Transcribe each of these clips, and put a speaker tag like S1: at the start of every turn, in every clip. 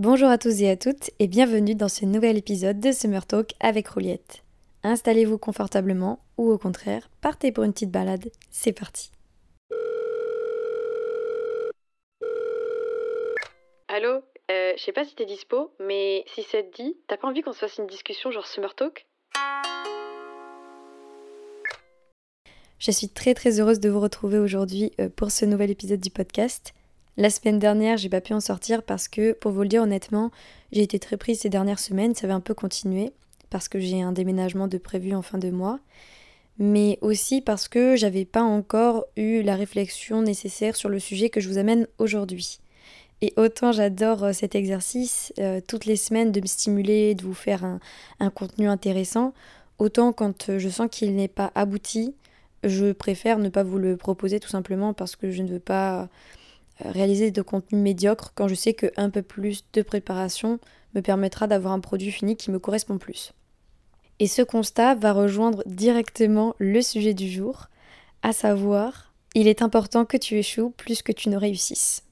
S1: Bonjour à tous et à toutes et bienvenue dans ce nouvel épisode de Summer Talk avec Rouliette. Installez-vous confortablement ou au contraire, partez pour une petite balade, c'est parti.
S2: Allô, je sais pas si t'es dispo, mais si ça te dit, t'as pas envie qu'on se fasse une discussion genre Summer Talk?
S1: Je suis très heureuse de vous retrouver aujourd'hui pour ce nouvel épisode du podcast. La semaine dernière, j'ai pas pu en sortir parce que, pour vous le dire honnêtement, j'ai été très prise ces dernières semaines, ça va un peu continuer parce que j'ai un déménagement de prévu en fin de mois, mais aussi parce que j'avais pas encore eu la réflexion nécessaire sur le sujet que je vous amène aujourd'hui. Et autant j'adore cet exercice, toutes les semaines de me stimuler, de vous faire un contenu intéressant, autant quand je sens qu'il n'est pas abouti, je préfère ne pas vous le proposer tout simplement parce que je ne veux pas réaliser de contenu médiocre quand je sais qu'un peu plus de préparation me permettra d'avoir un produit fini qui me correspond plus. Et ce constat va rejoindre directement le sujet du jour, à savoir, il est important que tu échoues plus que tu ne réussisses.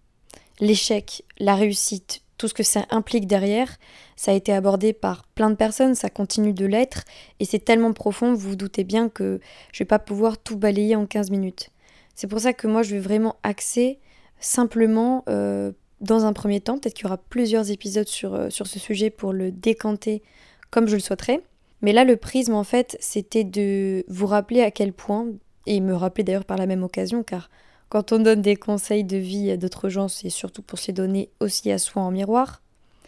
S1: L'échec, la réussite, tout ce que ça implique derrière, ça a été abordé par plein de personnes, ça continue de l'être, et c'est tellement profond, vous vous doutez bien que je vais pas pouvoir tout balayer en 15 minutes. C'est pour ça que moi je vais vraiment axer simplement dans un premier temps, peut-être qu'il y aura plusieurs épisodes sur ce sujet pour le décanter comme je le souhaiterais. Mais là le prisme en fait c'était de vous rappeler à quel point, et me rappeler d'ailleurs par la même occasion car quand on donne des conseils de vie à d'autres gens, c'est surtout pour se les donner aussi à soi en miroir.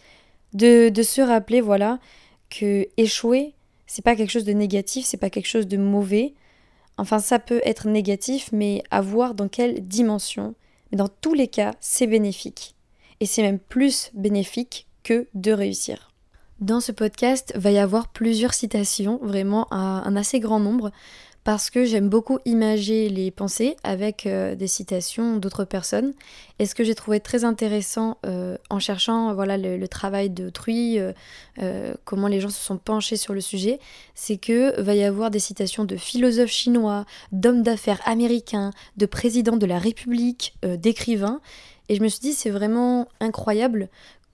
S1: De se rappeler, voilà, que échouer, c'est pas quelque chose de négatif, c'est pas quelque chose de mauvais. Enfin, ça peut être négatif, mais à voir dans quelle dimension. Mais dans tous les cas, c'est bénéfique. Et c'est même plus bénéfique que de réussir. Dans ce podcast, va y avoir plusieurs citations, vraiment un assez grand nombre, parce que j'aime beaucoup imager les pensées avec des citations d'autres personnes. Et ce que j'ai trouvé très intéressant en cherchant voilà, le travail d'autrui, comment les gens se sont penchés sur le sujet, c'est que va y avoir des citations de philosophes chinois, d'hommes d'affaires américains, de présidents de la République, d'écrivains. Et je me suis dit, c'est vraiment incroyable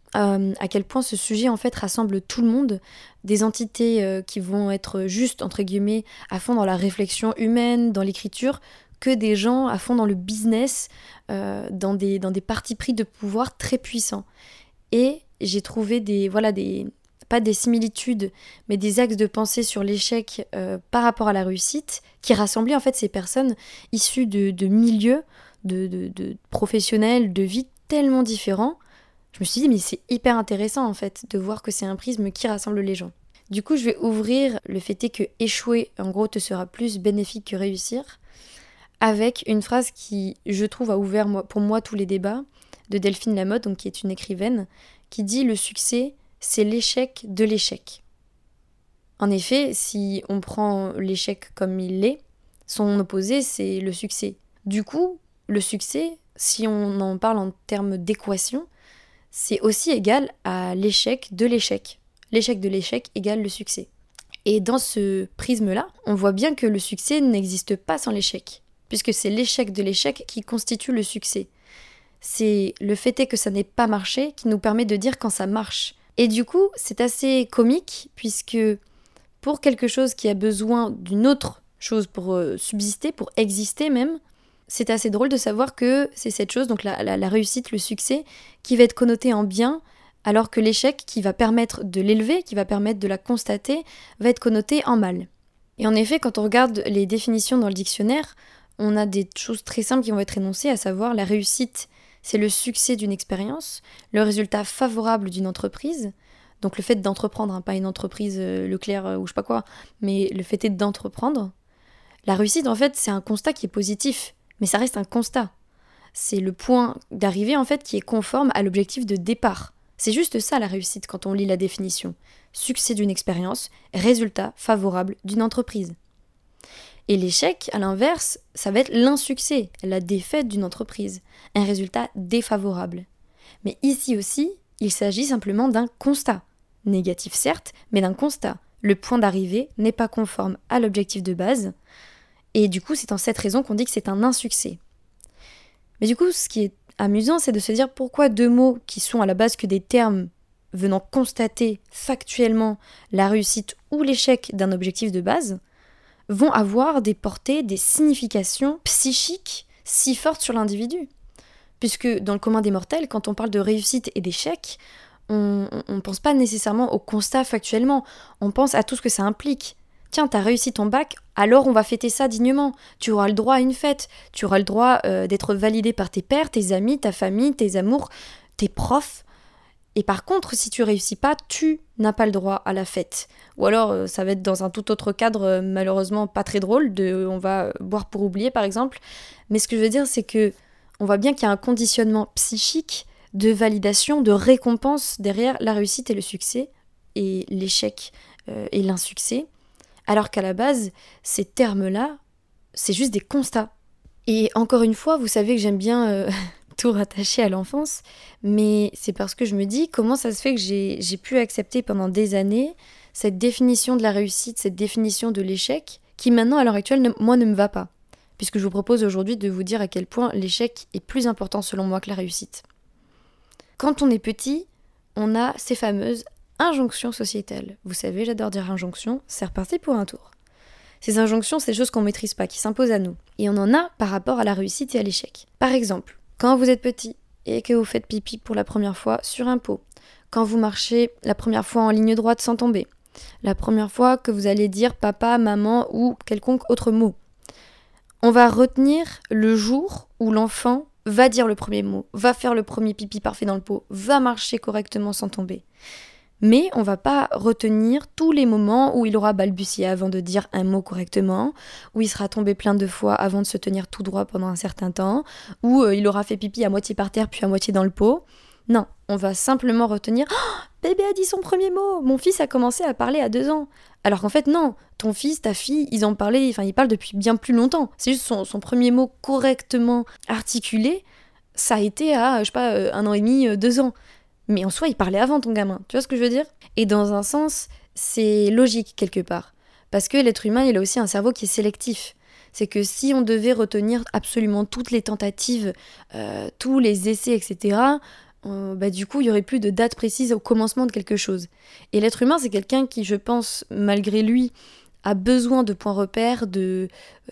S1: à quel point ce sujet en fait rassemble tout le monde, des entités qui vont être juste entre guillemets à fond dans la réflexion humaine, dans l'écriture, que des gens à fond dans le business, dans des partis pris de pouvoir très puissants. Et j'ai trouvé pas des similitudes, mais des axes de pensée sur l'échec par rapport à la réussite, qui rassemblaient en fait ces personnes issues de milieux, de professionnels, de vie tellement différents. Je me suis dit, mais c'est hyper intéressant en fait de voir que c'est un prisme qui rassemble les gens. Du coup, je vais ouvrir le fait est que échouer, en gros, te sera plus bénéfique que réussir, avec une phrase qui, je trouve, a ouvert pour moi tous les débats, de Delphine Lamotte, donc qui est une écrivaine, qui dit le succès, c'est l'échec de l'échec. En effet, si on prend l'échec comme il l'est, son opposé, c'est le succès. Du coup, le succès, si on en parle en termes d'équation, c'est aussi égal à l'échec de l'échec. L'échec de l'échec égale le succès. Et dans ce prisme-là, on voit bien que le succès n'existe pas sans l'échec, puisque c'est l'échec de l'échec qui constitue le succès. C'est le fait est que ça n'ait pas marché qui nous permet de dire quand ça marche. Et du coup, c'est assez comique, puisque pour quelque chose qui a besoin d'une autre chose pour subsister, pour exister même, c'est assez drôle de savoir que c'est cette chose, donc la réussite, le succès, qui va être connoté en bien, alors que l'échec, qui va permettre de l'élever, qui va permettre de la constater, va être connoté en mal. Et en effet, quand on regarde les définitions dans le dictionnaire, on a des choses très simples qui vont être énoncées, à savoir la réussite, c'est le succès d'une expérience, le résultat favorable d'une entreprise, donc le fait d'entreprendre, hein, pas une entreprise Leclerc ou je sais pas quoi, mais le fait est d'entreprendre. La réussite, en fait, c'est un constat qui est positif. Mais ça reste un constat. C'est le point d'arrivée en fait qui est conforme à l'objectif de départ. C'est juste ça la réussite quand on lit la définition. Succès d'une expérience, résultat favorable d'une entreprise. Et l'échec, à l'inverse, ça va être l'insuccès, la défaite d'une entreprise, un résultat défavorable. Mais ici aussi, il s'agit simplement d'un constat. Négatif certes, mais d'un constat. Le point d'arrivée n'est pas conforme à l'objectif de base, et du coup, c'est en cette raison qu'on dit que c'est un insuccès. Mais du coup, ce qui est amusant, c'est de se dire pourquoi deux mots qui sont à la base que des termes venant constater factuellement la réussite ou l'échec d'un objectif de base, vont avoir des portées, des significations psychiques si fortes sur l'individu. Puisque dans le commun des mortels, quand on parle de réussite et d'échec, on ne pense pas nécessairement au constat factuellement, on pense à tout ce que ça implique. Tiens, t'as réussi ton bac, alors on va fêter ça dignement. Tu auras le droit à une fête, tu auras le droit d'être validé par tes pairs, tes amis, ta famille, tes amours, tes profs. Et par contre, si tu réussis pas, tu n'as pas le droit à la fête. Ou alors, ça va être dans un tout autre cadre, malheureusement pas très drôle, on va boire pour oublier par exemple. Mais ce que je veux dire, c'est que on voit bien qu'il y a un conditionnement psychique de validation, de récompense derrière la réussite et le succès, et l'échec et l'insuccès. Alors qu'à la base, ces termes-là, c'est juste des constats. Et encore une fois, vous savez que j'aime bien tout rattacher à l'enfance, mais c'est parce que je me dis comment ça se fait que j'ai pu accepter pendant des années cette définition de la réussite, cette définition de l'échec, qui maintenant, à l'heure actuelle, moi, ne me va pas. Puisque je vous propose aujourd'hui de vous dire à quel point l'échec est plus important selon moi que la réussite. Quand on est petit, on a ces fameuses injonctions sociétales. Vous savez, j'adore dire injonctions, c'est reparti pour un tour. Ces injonctions, c'est des choses qu'on ne maîtrise pas, qui s'imposent à nous. Et on en a par rapport à la réussite et à l'échec. Par exemple, quand vous êtes petit et que vous faites pipi pour la première fois sur un pot, quand vous marchez la première fois en ligne droite sans tomber, la première fois que vous allez dire papa, maman ou quelconque autre mot, on va retenir le jour où l'enfant va dire le premier mot, va faire le premier pipi parfait dans le pot, va marcher correctement sans tomber. Mais on va pas retenir tous les moments où il aura balbutié avant de dire un mot correctement, où il sera tombé plein de fois avant de se tenir tout droit pendant un certain temps, où il aura fait pipi à moitié par terre puis à moitié dans le pot. Non, on va simplement retenir « Oh, bébé a dit son premier mot, mon fils a commencé à parler à 2 ans ». Alors qu'en fait non, ton fils, ta fille, ils parlent depuis bien plus longtemps. C'est juste son premier mot correctement articulé, ça a été à, 1 an et demi, 2 ans. Mais en soi, il parlait avant ton gamin, tu vois ce que je veux dire ? Et dans un sens, c'est logique quelque part. Parce que l'être humain, il a aussi un cerveau qui est sélectif. C'est que si on devait retenir absolument toutes les tentatives, tous les essais, etc., du coup, il n'y aurait plus de date précise au commencement de quelque chose. Et l'être humain, c'est quelqu'un qui, je pense, malgré lui, a besoin de points repères, de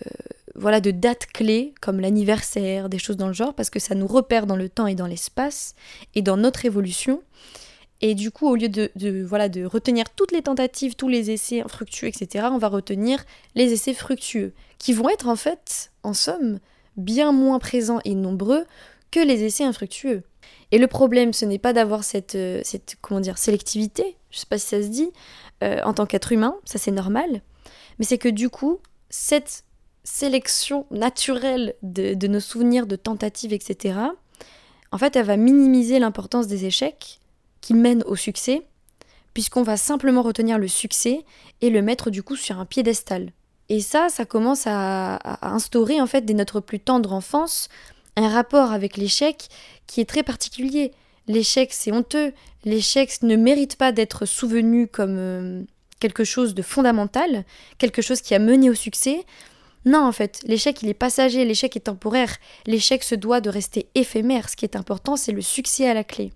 S1: dates clés, comme l'anniversaire, des choses dans le genre, parce que ça nous repère dans le temps et dans l'espace, et dans notre évolution. Et du coup, au lieu de retenir toutes les tentatives, tous les essais infructueux, etc., on va retenir les essais fructueux, qui vont être en fait, en somme, bien moins présents et nombreux que les essais infructueux. Et le problème, ce n'est pas d'avoir cette sélectivité, je sais pas si ça se dit, en tant qu'être humain, ça c'est normal, mais c'est que du coup, cette sélection naturelle de nos souvenirs, de tentatives, etc., en fait, elle va minimiser l'importance des échecs qui mènent au succès, puisqu'on va simplement retenir le succès et le mettre du coup sur un piédestal. Et ça commence à instaurer en fait dès notre plus tendre enfance un rapport avec l'échec qui est très particulier. L'échec, c'est honteux. L'échec ne mérite pas d'être souvenu comme quelque chose de fondamental, quelque chose qui a mené au succès. Non, en fait, l'échec, il est passager, l'échec est temporaire. L'échec se doit de rester éphémère. Ce qui est important, c'est le succès à la clé.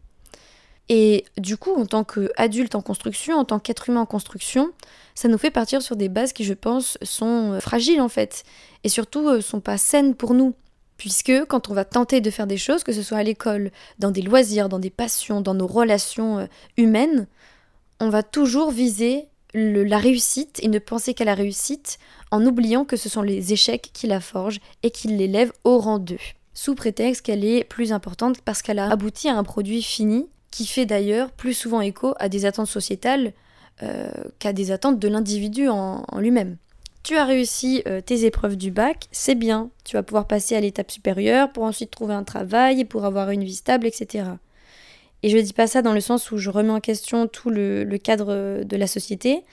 S1: Et du coup, en tant qu'adulte en construction, en tant qu'être humain en construction, ça nous fait partir sur des bases qui, je pense, sont fragiles, en fait. Et surtout, sont pas saines pour nous. Puisque quand on va tenter de faire des choses, que ce soit à l'école, dans des loisirs, dans des passions, dans nos relations humaines, on va toujours viser la réussite et ne penser qu'à la réussite en oubliant que ce sont les échecs qui la forgent et qui l'élèvent au rang d'eux. Sous prétexte qu'elle est plus importante parce qu'elle a abouti à un produit fini qui fait d'ailleurs plus souvent écho à des attentes sociétales qu'à des attentes de l'individu en lui-même. Tu as réussi tes épreuves du bac, c'est bien. Tu vas pouvoir passer à l'étape supérieure pour ensuite trouver un travail et pour avoir une vie stable, etc. Et je ne dis pas ça dans le sens où je remets en question tout le cadre de la société.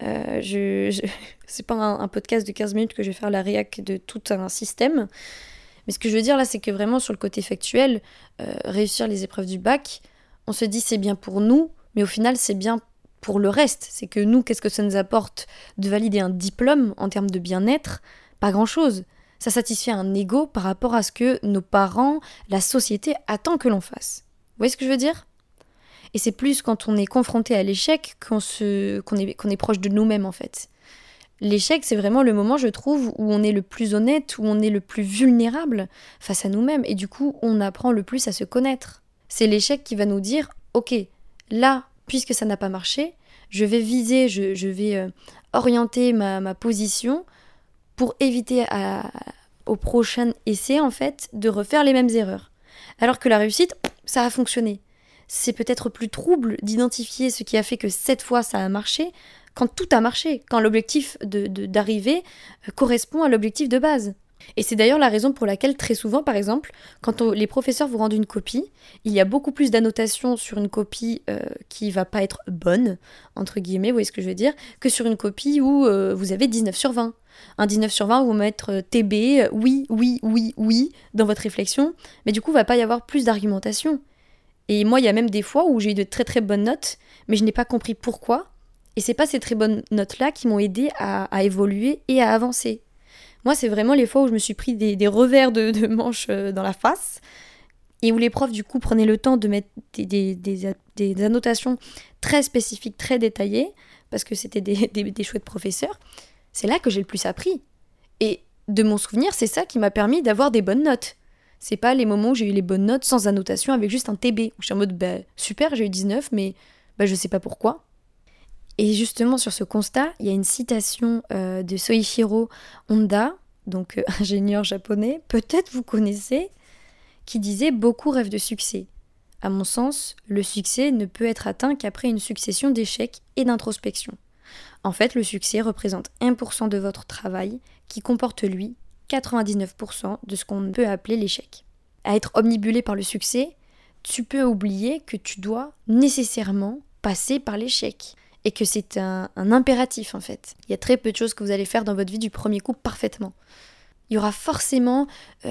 S1: C'est pas un podcast de 15 minutes que je vais faire la réac de tout un système. Mais ce que je veux dire là, c'est que vraiment sur le côté factuel, réussir les épreuves du bac, on se dit c'est bien pour nous, mais au final c'est bien pour le reste. C'est que nous, qu'est-ce que ça nous apporte de valider un diplôme en termes de bien-être ? Pas grand-chose. Ça satisfait un ego par rapport à ce que nos parents, la société attend que l'on fasse. Vous voyez ce que je veux dire ? Et c'est plus quand on est confronté à l'échec qu'on est proche de nous-mêmes en fait. L'échec, c'est vraiment le moment, je trouve, où on est le plus honnête, où on est le plus vulnérable face à nous-mêmes. Et du coup, on apprend le plus à se connaître. C'est l'échec qui va nous dire, ok, là, puisque ça n'a pas marché, je vais viser, je vais orienter ma position pour éviter au prochain essai, en fait, de refaire les mêmes erreurs. Alors que la réussite, ça a fonctionné. C'est peut-être plus trouble d'identifier ce qui a fait que cette fois ça a marché, quand tout a marché, quand l'objectif d'arriver correspond à l'objectif de base. Et c'est d'ailleurs la raison pour laquelle très souvent, par exemple, quand les professeurs vous rendent une copie, il y a beaucoup plus d'annotations sur une copie qui va pas être bonne, entre guillemets, vous voyez ce que je veux dire, que sur une copie où vous avez 19 sur 20. Un 19 sur 20 où vous mettre TB, oui, dans votre réflexion, mais du coup, il va pas y avoir plus d'argumentation. Et moi, il y a même des fois où j'ai eu de très très bonnes notes, mais je n'ai pas compris pourquoi. Et c'est pas ces très bonnes notes-là qui m'ont aidé à évoluer et à avancer. Moi, c'est vraiment les fois où je me suis pris des revers de manche dans la face, et où les profs, du coup, prenaient le temps de mettre des annotations très spécifiques, très détaillées, parce que c'était des chouettes professeurs. C'est là que j'ai le plus appris. Et de mon souvenir, c'est ça qui m'a permis d'avoir des bonnes notes. C'est pas les moments où j'ai eu les bonnes notes sans annotation avec juste un TB. Où je suis en mode, super, j'ai eu 19, mais je sais pas pourquoi. Et justement, sur ce constat, il y a une citation de Soichiro Honda, donc ingénieur japonais, peut-être vous connaissez, qui disait « Beaucoup rêvent de succès. À mon sens, le succès ne peut être atteint qu'après une succession d'échecs et d'introspection. En fait, le succès représente 1% de votre travail qui comporte, lui, 99% de ce qu'on peut appeler l'échec. À être omnibulé par le succès, tu peux oublier que tu dois nécessairement passer par l'échec. Et que c'est un impératif en fait. Il y a très peu de choses que vous allez faire dans votre vie du premier coup parfaitement. Il y aura forcément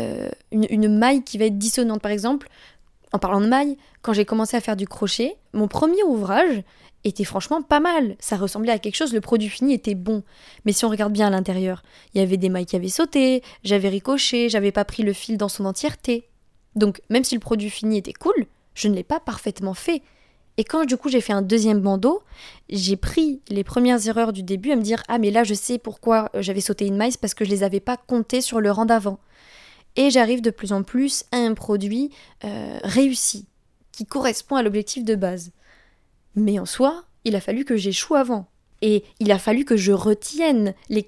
S1: une maille qui va être dissonante. Par exemple, en parlant de maille, quand j'ai commencé à faire du crochet, mon premier ouvrage était franchement pas mal. Ça ressemblait à quelque chose, le produit fini était bon. Mais si on regarde bien à l'intérieur, il y avait des mailles qui avaient sauté, j'avais ricoché, j'avais pas pris le fil dans son entièreté. Donc même si le produit fini était cool, je ne l'ai pas parfaitement fait. Et quand du coup j'ai fait un deuxième bandeau, j'ai pris les premières erreurs du début à me dire « Ah mais là je sais pourquoi j'avais sauté une maille, c'est parce que je les avais pas comptées sur le rang d'avant. » Et j'arrive de plus en plus à un produit réussi, qui correspond à l'objectif de base. Mais en soi, il a fallu que j'échoue avant. Et il a fallu que je retienne les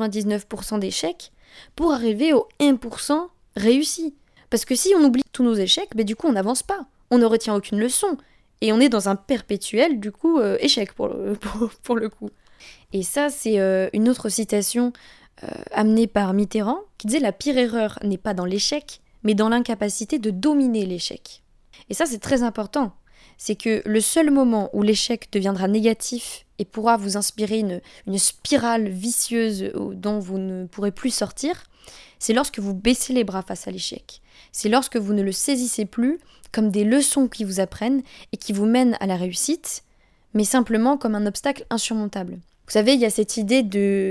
S1: 99% d'échecs pour arriver au 1% réussi. Parce que si on oublie tous nos échecs, du coup on n'avance pas, on ne retient aucune leçon. Et on est dans un perpétuel, du coup, échec pour le coup. Et ça, c'est une autre citation amenée par Mitterrand, qui disait « La pire erreur n'est pas dans l'échec, mais dans l'incapacité de dominer l'échec. » Et ça, c'est très important. C'est que le seul moment où l'échec deviendra négatif et pourra vous inspirer une spirale vicieuse dont vous ne pourrez plus sortir, c'est lorsque vous baissez les bras face à l'échec. C'est lorsque vous ne le saisissez plus comme des leçons qui vous apprennent et qui vous mènent à la réussite, mais simplement comme un obstacle insurmontable. Vous savez, il y a cette idée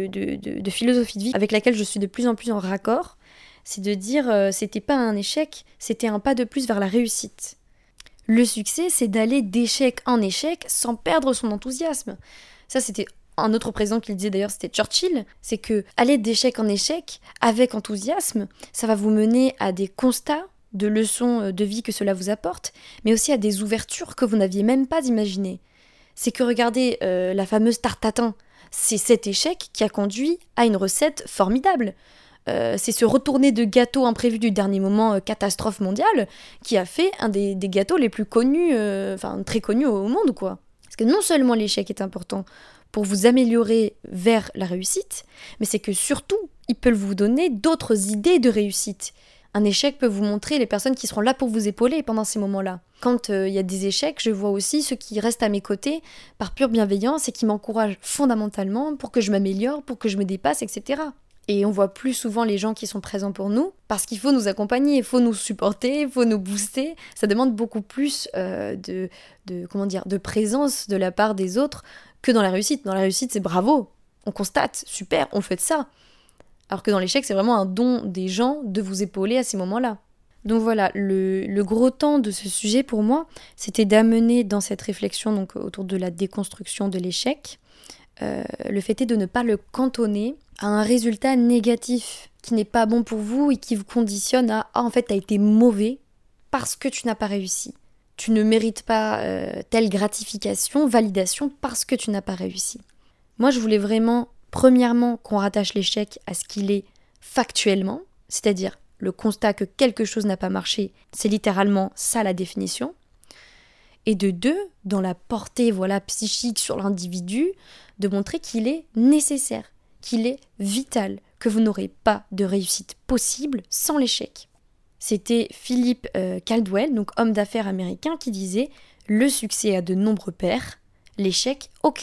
S1: de philosophie de vie avec laquelle je suis de plus en plus en raccord, c'est de dire c'était pas un échec, c'était un pas de plus vers la réussite. Le succès, c'est d'aller d'échec en échec sans perdre son enthousiasme. Ça, c'était un autre président qui le disait d'ailleurs, c'était Churchill, c'est que aller d'échec en échec avec enthousiasme, ça va vous mener à des constats de leçons de vie que cela vous apporte, mais aussi à des ouvertures que vous n'aviez même pas imaginées. C'est que regardez la fameuse tarte tatin, c'est cet échec qui a conduit à une recette formidable. C'est ce retourné de gâteau imprévu du dernier moment, catastrophe mondiale, qui a fait un des gâteaux les plus connus, très connus au monde, quoi. Parce que non seulement l'échec est important pour vous améliorer vers la réussite, mais c'est que surtout, il peut vous donner d'autres idées de réussite. Un échec peut vous montrer les personnes qui seront là pour vous épauler pendant ces moments-là. Quand il y a des échecs, je vois aussi ceux qui restent à mes côtés par pure bienveillance et qui m'encouragent fondamentalement pour que je m'améliore, pour que je me dépasse, etc. Et on voit plus souvent les gens qui sont présents pour nous parce qu'il faut nous accompagner, il faut nous supporter, il faut nous booster. Ça demande beaucoup plus de présence de la part des autres que dans la réussite. Dans la réussite, c'est bravo, on constate, super, on fait de ça. Alors que dans l'échec, c'est vraiment un don des gens de vous épauler à ces moments-là. Donc voilà, le gros temps de ce sujet pour moi, c'était d'amener dans cette réflexion donc autour de la déconstruction de l'échec, le fait est de ne pas le cantonner à un résultat négatif qui n'est pas bon pour vous et qui vous conditionne à « Ah, en fait, t'as été mauvais parce que tu n'as pas réussi. Tu ne mérites pas telle gratification, validation parce que tu n'as pas réussi. » Moi, je voulais vraiment, premièrement, qu'on rattache l'échec à ce qu'il est factuellement, c'est-à-dire le constat que quelque chose n'a pas marché, c'est littéralement ça la définition. Et de deux, dans la portée psychique sur l'individu, de montrer qu'il est nécessaire, qu'il est vital, que vous n'aurez pas de réussite possible sans l'échec. C'était Philip Caldwell, donc homme d'affaires américain, qui disait « Le succès a de nombreux pairs, l'échec aucun ».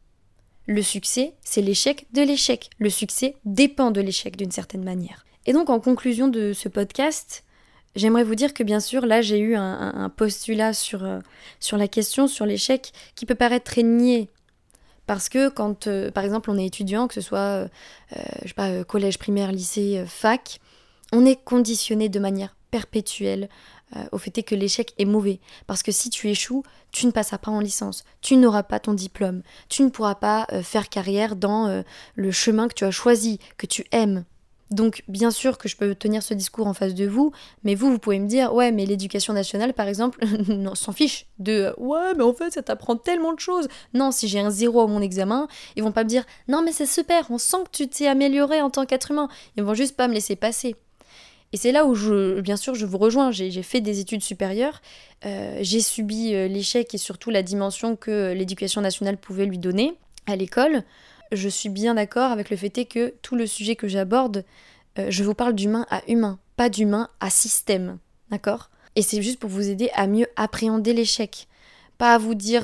S1: Le succès, c'est l'échec de l'échec. Le succès dépend de l'échec d'une certaine manière. Et donc, en conclusion de ce podcast, j'aimerais vous dire que bien sûr, là, j'ai eu un postulat sur la question, sur l'échec, qui peut paraître très niais. Parce que quand, par exemple, on est étudiant, que ce soit, collège, primaire, lycée, fac, on est conditionné de manière perpétuelle au fait que l'échec est mauvais. Parce que si tu échoues, tu ne passeras pas en licence, tu n'auras pas ton diplôme, tu ne pourras pas faire carrière dans le chemin que tu as choisi, que tu aimes. Donc bien sûr que je peux tenir ce discours en face de vous, mais vous pouvez me dire « Ouais, mais l'éducation nationale, par exemple, non, s'en fiche de « Ouais, mais en fait, ça t'apprend tellement de choses !» Non, si j'ai un 0 à mon examen, ils vont pas me dire « Non, mais c'est super, on sent que tu t'es amélioré en tant qu'être humain !» Ils vont juste pas me laisser passer. Et c'est là où, bien sûr, je vous rejoins. J'ai fait des études supérieures, j'ai subi l'échec et surtout la dimension que l'éducation nationale pouvait lui donner à l'école. Je suis bien d'accord avec le fait que tout le sujet que j'aborde, je vous parle d'humain à humain, pas d'humain à système, d'accord ? Et c'est juste pour vous aider à mieux appréhender l'échec. Pas à vous dire,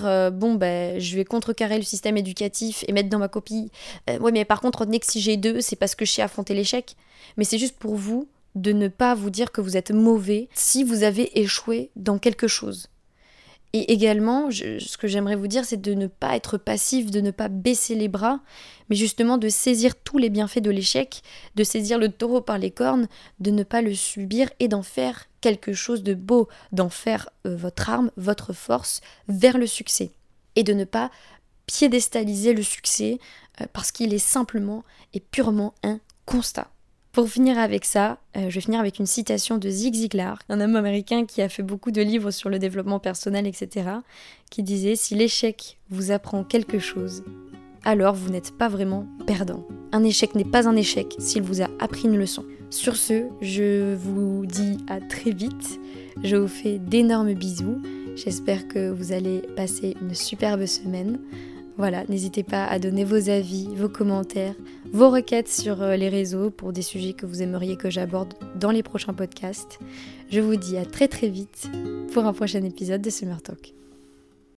S1: je vais contrecarrer le système éducatif et mettre dans ma copie, ouais mais par contre retenez que si j'ai 2, c'est parce que je sais affronter l'échec. Mais c'est juste pour vous de ne pas vous dire que vous êtes mauvais si vous avez échoué dans quelque chose. Et également, ce que j'aimerais vous dire, c'est de ne pas être passif, de ne pas baisser les bras, mais justement de saisir tous les bienfaits de l'échec, de saisir le taureau par les cornes, de ne pas le subir et d'en faire quelque chose de beau, d'en faire votre arme, votre force vers le succès. Et de ne pas piédestaliser le succès parce qu'il est simplement et purement un constat. Pour finir avec ça, je vais finir avec une citation de Zig Ziglar, un homme américain qui a fait beaucoup de livres sur le développement personnel, etc., qui disait « Si l'échec vous apprend quelque chose, alors vous n'êtes pas vraiment perdant. Un échec n'est pas un échec s'il vous a appris une leçon. » Sur ce, je vous dis à très vite, je vous fais d'énormes bisous, j'espère que vous allez passer une superbe semaine. Voilà, n'hésitez pas à donner vos avis, vos commentaires, vos requêtes sur les réseaux pour des sujets que vous aimeriez que j'aborde dans les prochains podcasts. Je vous dis à très très vite pour un prochain épisode de Summer Talk.